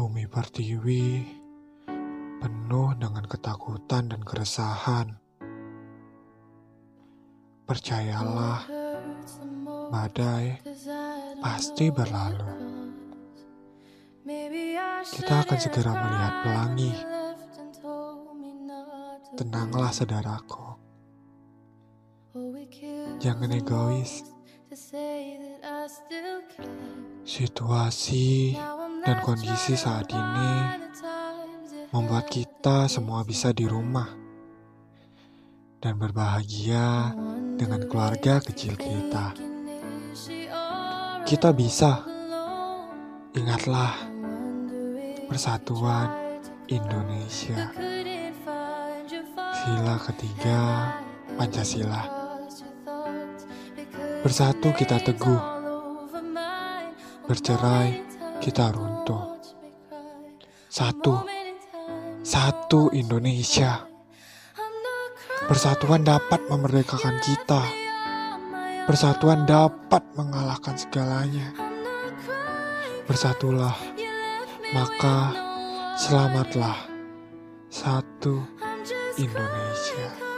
Bumi pertiwi penuh dengan ketakutan dan keresahan. Percayalah, badai pasti berlalu. Kita akan segera melihat pelangi. Tenanglah saudaraku. Jangan egois. Situasi dan kondisi saat ini membuat kita semua bisa di rumah dan berbahagia dengan keluarga kecil kita. Kita bisa. Ingatlah, Persatuan Indonesia. Sila ketiga, Pancasila. Bersatu kita teguh. Bercerai kita runtuh. Satu Indonesia. Persatuan dapat memerdekakan kita. Persatuan dapat mengalahkan segalanya. Bersatulah, maka selamatlah. Satu Indonesia.